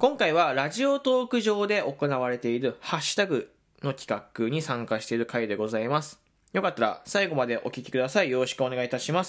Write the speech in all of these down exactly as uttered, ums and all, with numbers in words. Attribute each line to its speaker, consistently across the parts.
Speaker 1: 今回はラジオトーク上で行われているハッシュタグの企画に参加している回でございます。よかったら最後までお聞きください。よろしくお願いいたします。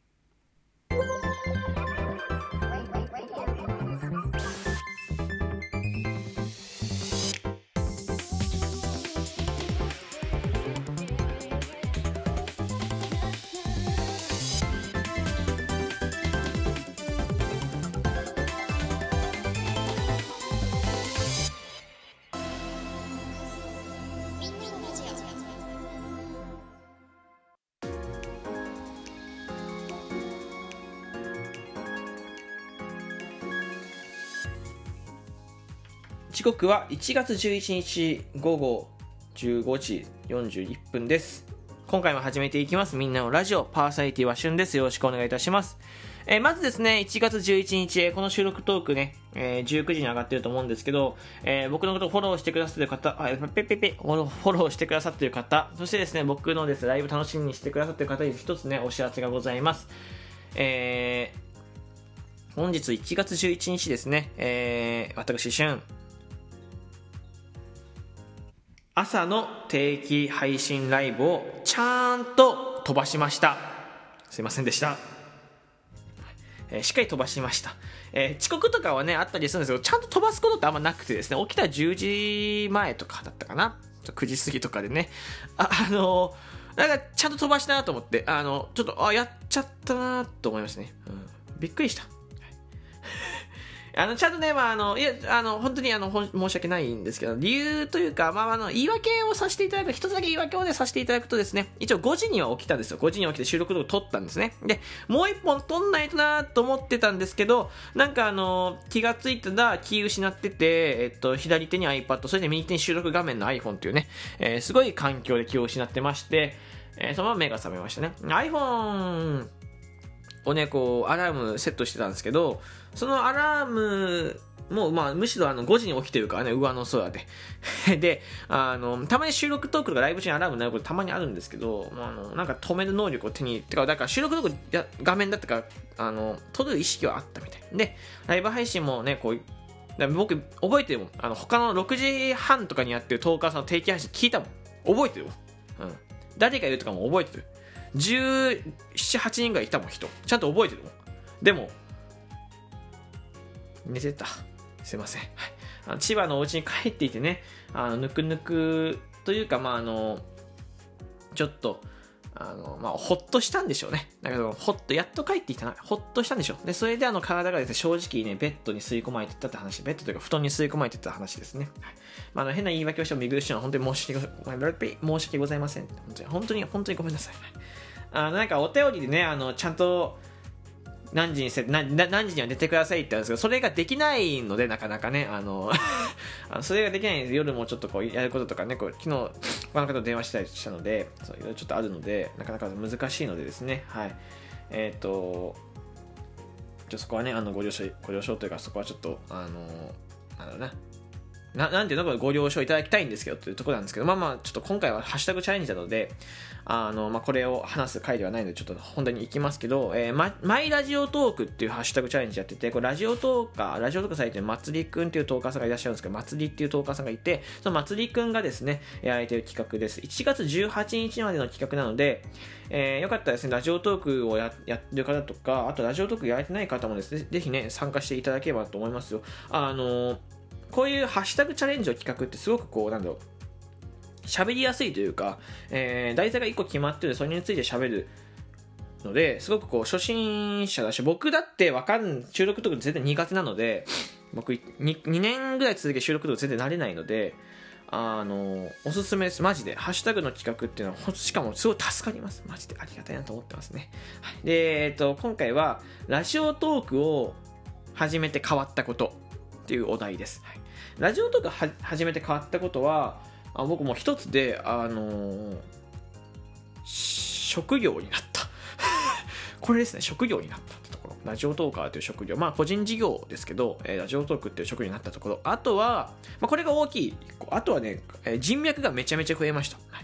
Speaker 1: 時刻はいちがつじゅういちにちごごじゅうごじよんじゅういっぷんです。今回も始めていきます。みんなのラジオ、パーソナリティはしゅんです。よろしくお願いいたします。えー、まずですね、いちがつじゅういちにち、この収録トークね、えー、じゅうくじに上がってると思うんですけど、えー、僕のことをフォローしてくださっている方、あ、ペペペ、フォローしてくださっている方、そしてですね、僕のですね、ライブ楽しみにしてくださっている方に一つね、お知らせがございます。えー、本日いちがつじゅういちにちですね、えー、私、しゅん、朝の定期配信ライブをちゃんと飛ばしました。すいませんでした。えー、しっかり飛ばしました。えー、遅刻とかはねあったりするんですけど、ちゃんと飛ばすことってあんまなくてですね、起きたらじゅうじまえとかだったかな、くじ過ぎとかでね、あ、あのー、なんかちゃんと飛ばしたなと思って、あのちょっとあやっちゃったなと思いましたね、うん、びっくりした。あのちゃんとね、まあ、あのいやあの本当にあの申し訳ないんですけど、理由というか、まあ、あの言い訳をさせていただく、一つだけ言い訳を、ね、させていただくとですね、一応ごじには起きたんですよ。ごじに起きて収録動画撮ったんですね。でもう一本撮んないとなと思ってたんですけど、なんかあの気がついたら気失ってて、えっと、左手に iPad、 それで右手に収録画面の iPhone っていうね、えー、すごい環境で気を失ってまして、えー、そのまま目が覚めましたね。 iPhoneをねこうアラームセットしてたんですけど、そのアラームもう、まあ、むしろあのごじに起きてるからね、上の空でで、あのたまに収録トークとかライブ中にアラームになることたまにあるんですけど、まあ、あのなんか止める能力を手に入れてか、だから収録トークや画面だったからあの撮る意識はあったみたいで、ライブ配信もねこう僕覚えてるもん、あの他のろくじはんとかにやってるトーカーさんの定期配信聞いたもん、覚えてるもん、うん、誰がいるとかも覚えてる、じゅうなな、はちにんぐらいいたもん、人ちゃんと覚えてるもん。でも寝てた、すいません、はい、あの千葉のお家に帰っていてね、あのぬくぬくというか、まああのちょっとあの、まあ、ほっとしたんでしょうね。だけどほっとやっと帰ってきたな、ほっとしたんでしょう。でそれであの体がですね、正直ねベッドに吸い込まれていったって話、ベッドというか布団に吸い込まれていった話ですね。はい、まあ、あの変な言い訳をしても見苦しいのは本当に申し訳申し訳ございません。本当に本当に本当にごめんなさい。あのなんかお便りでね、あのちゃんと何時にせな何時には寝てくださいって言うんですけど、それができないので、なかなかね、あのあのそれができないので、夜もちょっとこうやることとかね、こう昨日他の方と電話したりしたので、そういろいろちょっとあるので、なかなか難しいのでですね、はい、えっ、ー、とちょそこはね、あのご了承ご了承というか、そこはちょっとあのなんだろうな。な, なんていうのかご了承いただきたいんですけどというところなんですけど、まあまあちょっと今回はハッシュタグチャレンジなので、あの、まあ、これを話す回ではないのでちょっと本題に行きますけど、えー、マ, マイラジオトークっていうハッシュタグチャレンジやってて、これラジオトーカーラジオトークされてるまつりくんっていうトーカーさんがいらっしゃるんですけど、まつりっていうトーカーさんがいて、そのまつりくんがですねやられている企画です。いちがつじゅうはちにちまでの企画なので、えー、よかったらですね、ラジオトークを や, やってる方とか、あとラジオトークやられてない方もですね、ぜひね参加していただければと思いますよ。あのーこういうハッシュタグチャレンジを企画ってすごくこうなんだろう、喋りやすいというか、えー、題材がいっこ決まってる、それについて喋るので、すごくこう初心者だし、僕だってわかん収録とか全然苦手なので、僕 2, 2年ぐらい続け収録とか全然慣れないので、あのおすすめです。マジでハッシュタグの企画っていうのはしかもすごい助かります。マジでありがたいなと思ってますね。はい、で、えっと今回はラジオトークを始めて変わったことっていうお題です。はい、ラジオトークは始めて変わったことは、あ僕も一つで、あのー、職業になったこれですね、職業になったってところ、ラジオトーカーという職業、まあ個人事業ですけど、えー、ラジオトークっていう職業になったところ、あとは、まあ、これが大きい、あとはね、えー、人脈がめちゃめちゃ増えました。はい、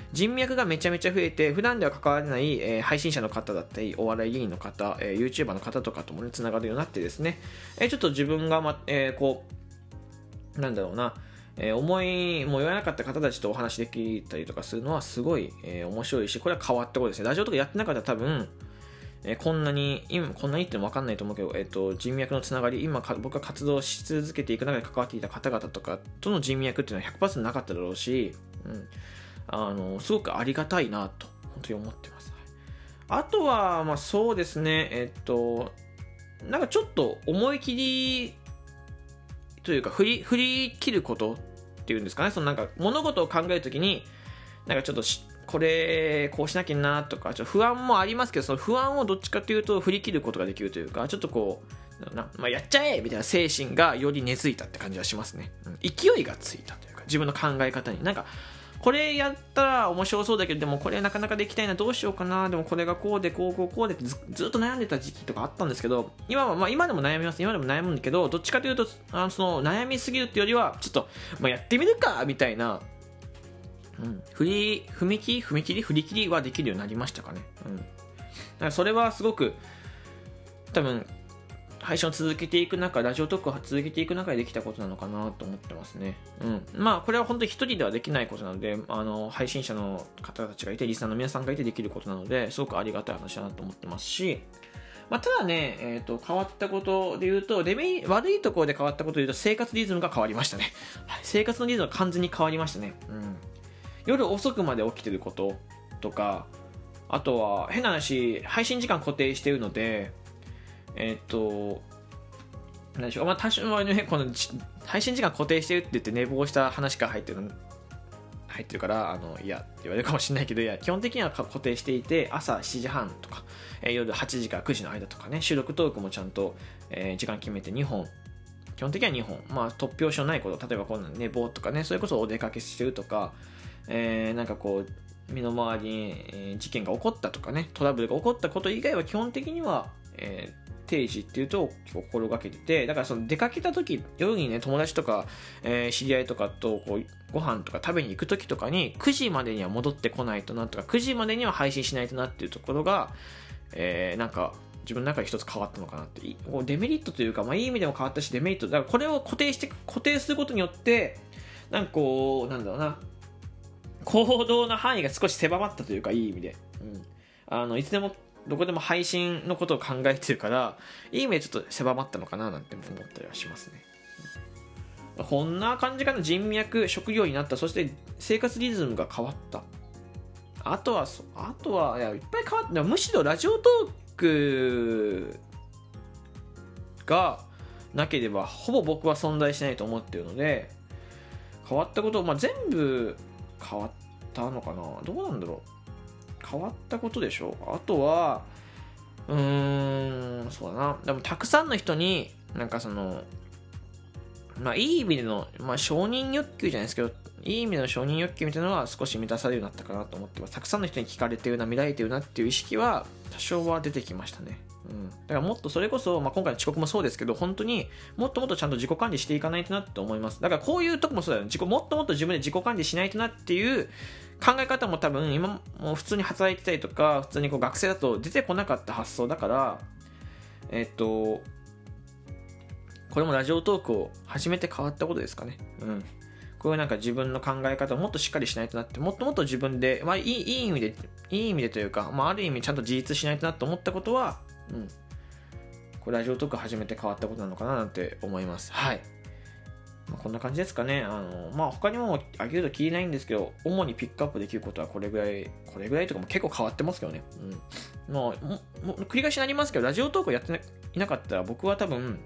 Speaker 1: 人脈がめちゃめちゃ増えて、普段では関われない、えー、配信者の方だったり、お笑い芸人の方、えー、YouTuber の方とかともね、つながるようになってですね、えー、ちょっと自分が、まえー、こう、なんだろうな、えー、思いも言わなかった方たちとお話できたりとかするのはすごい、えー、面白いし、これは変わったことですね。ラジオとかやってなかったら多分、えー、こんなに、今、こんなにっても分かんないと思うけど、えっと、人脈のつながり、今か、僕が活動し続けていく中で関わっていた方々とかとの人脈っていうのは ひゃくパーセント なかっただろうし、うん、あの、すごくありがたいなと、本当に思ってます。あとは、まあそうですね、えっと、なんかちょっと思い切りというか、振り、振り切ることっていうんですかね、そのなんか物事を考えるときに、なんかちょっとし、これこうしなきゃなとかちょっと不安もありますけど、その不安をどっちかというと振り切ることができるというか、ちょっとこうな、まあ、やっちゃえみたいな精神がより根付いたって感じはしますね、うん、勢いがついたというか、自分の考え方になんかこれやったら面白そうだけど、でもこれなかなかできないな、どうしようかな、でもこれがこうでこうこうこうでって ず, ずっと悩んでた時期とかあったんですけど、今はまあ今でも悩みます今でも悩むんだけど、どっちかというとあのその悩みすぎるっていうよりはちょっと、まあ、やってみるかみたいな、うん、振り踏切踏切振り切りはできるようになりましたかね。うん、だからそれはすごく多分配信を続けていく中、ラジオトークを続けていく中でできたことなのかなと思ってますね。うん、まあこれは本当に一人ではできないことなので、あの配信者の方たちがいて、リスナーの皆さんがいてできることなので、すごくありがたい話だなと思ってますし、まあ、ただね、えーと、変わったことで言うと、デメ悪いところで変わったことで言うと、生活リズムが変わりましたね。はい、生活のリズムが完全に変わりましたね。うん、夜遅くまで起きてることとか、あとは変な話、配信時間固定してるので、えっと、何でしょう、まあ、多少はね、この配信時間固定してるって言って寝坊した話が入ってる入ってるから、あの、いやって言われるかもしれないけど、いや、基本的には固定していて、朝しちじはんとか、えー、夜はちじからくじの間とかね、収録トークもちゃんと、えー、時間決めてにほん、基本的にはにほん、まあ、突拍子のないこと、例えばこんな寝坊とかね、それこそお出かけしてるとか、えー、なんかこう、身の回りに、えー、事件が起こったとかね、トラブルが起こったこと以外は基本的には、えー定時っていうと心がけてて、だからその出かけた時、夜にね、友達とか、えー、知り合いとかとこうご飯とか食べに行く時とかにくじまでには戻ってこないとなとか、くじまでには配信しないとなっていうところが、えー、なんか自分の中で一つ変わったのかなって、デメリットというか、まあいい意味でも変わったし、デメリット、だからこれを固定して固定することによって、なんかこう、なんだろうな、行動の範囲が少し狭まったというか、いい意味で、うん、あのいつでもどこでも配信のことを考えてるから、いい意味でちょっと狭まったのかななんて思ったりはしますね。こんな感じかな。人脈、職業になった。そして生活リズムが変わった。あとは、あとは、いや、いっぱい変わった。むしろラジオトークがなければ、ほぼ僕は存在しないと思ってるので、変わったこと、まあ、全部変わったのかな。どうなんだろう。変わったことでしょ。あとはうーんそうだな、でもたくさんの人になんかそのまあいい意味での、まあ、承認欲求じゃないですけど、いい意味での承認欲求みたいなのは少し満たされるようになったかなと思ってます。たくさんの人に聞かれてるな、見られてるなっていう意識は多少は出てきましたね。うん、だからもっとそれこそ、まあ、今回の遅刻もそうですけど、本当にもっともっとちゃんと自己管理していかないとなって思います。だからこういうとこもそうだよね。自己もっともっと自分で自己管理しないとなっていう考え方も多分今もう普通に働いてたりとか、普通にこう学生だと出てこなかった発想だから、えっとこれもラジオトークを始めて変わったことですかね。うん。こういうなんか自分の考え方をもっとしっかりしないとなって、もっともっと自分で、まあいい、いい意味で、いい意味でというか、まあある意味ちゃんと自立しないとなと思ったことは、うん。これラジオトーク始めて変わったことなのかななんて思います。はい。まあ、こんな感じですかね。あの、まあ他にもあげるときりないんですけど、主にピックアップできることはこれぐらい、これぐらいとかも結構変わってますけどね。うん。もう、もも繰り返しになりますけど、ラジオトークをやっていなかったら僕は多分、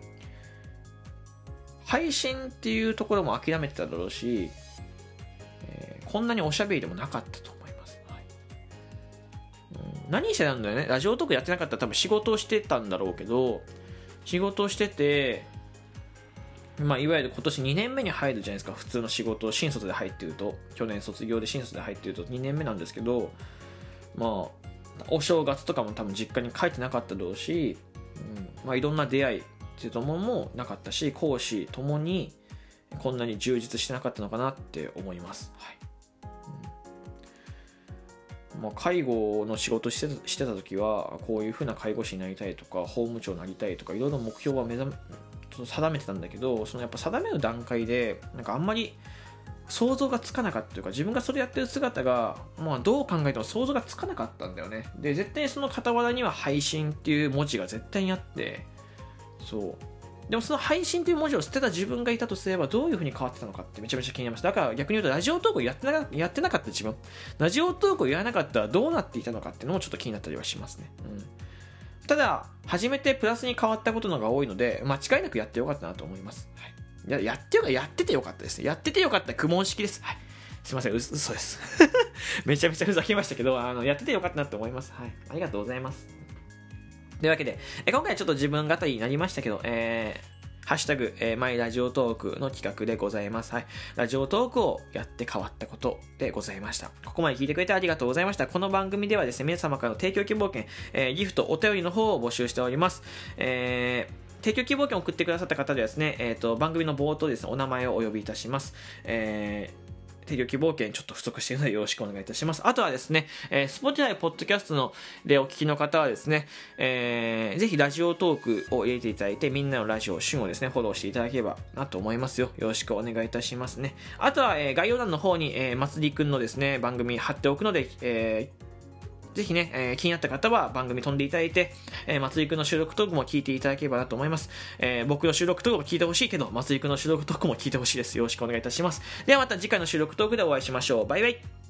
Speaker 1: 配信っていうところも諦めてただろうし、えー、こんなにおしゃべりでもなかったと思います。はい、うん、何してたんだよね。ラジオトークやってなかったら多分仕事をしてたんだろうけど、仕事をしてて、まあ、いわゆる今年にねんめに入るじゃないですか。普通の仕事、新卒で入ってると。去年卒業で新卒で入ってるとにねんめなんですけど、まあ、お正月とかも多分実家に帰ってなかっただろうし、うん、まあいろんな出会い、っていうものもなかったし、講師ともにこんなに充実してなかったのかなって思います。はい、 まあ、介護の仕事してた、してた時はこういう風な介護士になりたいとか法務長になりたいとかいろいろ目標は目覚め定めてたんだけど、そのやっぱ定める段階でなんかあんまり想像がつかなかったというか、自分がそれやってる姿が、まあ、どう考えても想像がつかなかったんだよね。で絶対にその傍らには配信っていう文字が絶対にあって、そうでもその配信という文字を捨てた自分がいたとすればどういう風に変わってたのかってめちゃめちゃ気になります。だから逆に言うとラジオトークをやってなかやってなかった自分、ラジオトークをやらなかったらどうなっていたのかっていうのもちょっと気になったりはしますね。うん、ただ初めてプラスに変わったことのが多いので間違いなくやってよかったなと思います。はい、や, やってよかやっててよかったですね。やっててよかった苦悶式です。はい、すいません、う嘘ですめちゃめちゃふざけましたけど、あのやっててよかったなと思います。はい、ありがとうございます。というわけで、え今回はちょっと自分語りになりましたけど、えー、ハッシュタグ、えー、マイラジオトークの企画でございます。はい。ラジオトークをやって変わったことでございました。ここまで聞いてくれてありがとうございました。この番組ではですね、皆様からの提供希望券、えー、ギフト、お便りの方を募集しております。えー、提供希望券を送ってくださった方ではですね、えっと、番組の冒頭ですね、お名前をお呼びいたします。えー提供希望券ちょっと不足しているのでよろしくお願いいたします。あとはですね、えー、Spotify、Podcast のでお聞きの方はですね、えー、ぜひラジオトークを入れていただいて、みんなのラジオ、旬をですね、フォローしていただければなと思いますよ。よろしくお願いいたしますね。あとは、えー、概要欄の方に、えー、まつりくんのですね、番組貼っておくので、えーぜひね、えー、気になった方は番組飛んでいただいて、えー、松井くんの収録トークも聞いていただければなと思います。えー、僕の収録トークも聞いてほしいけど、松井くんの収録トークも聞いてほしいです。よろしくお願いいたします。ではまた次回の収録トークでお会いしましょう。バイバイ。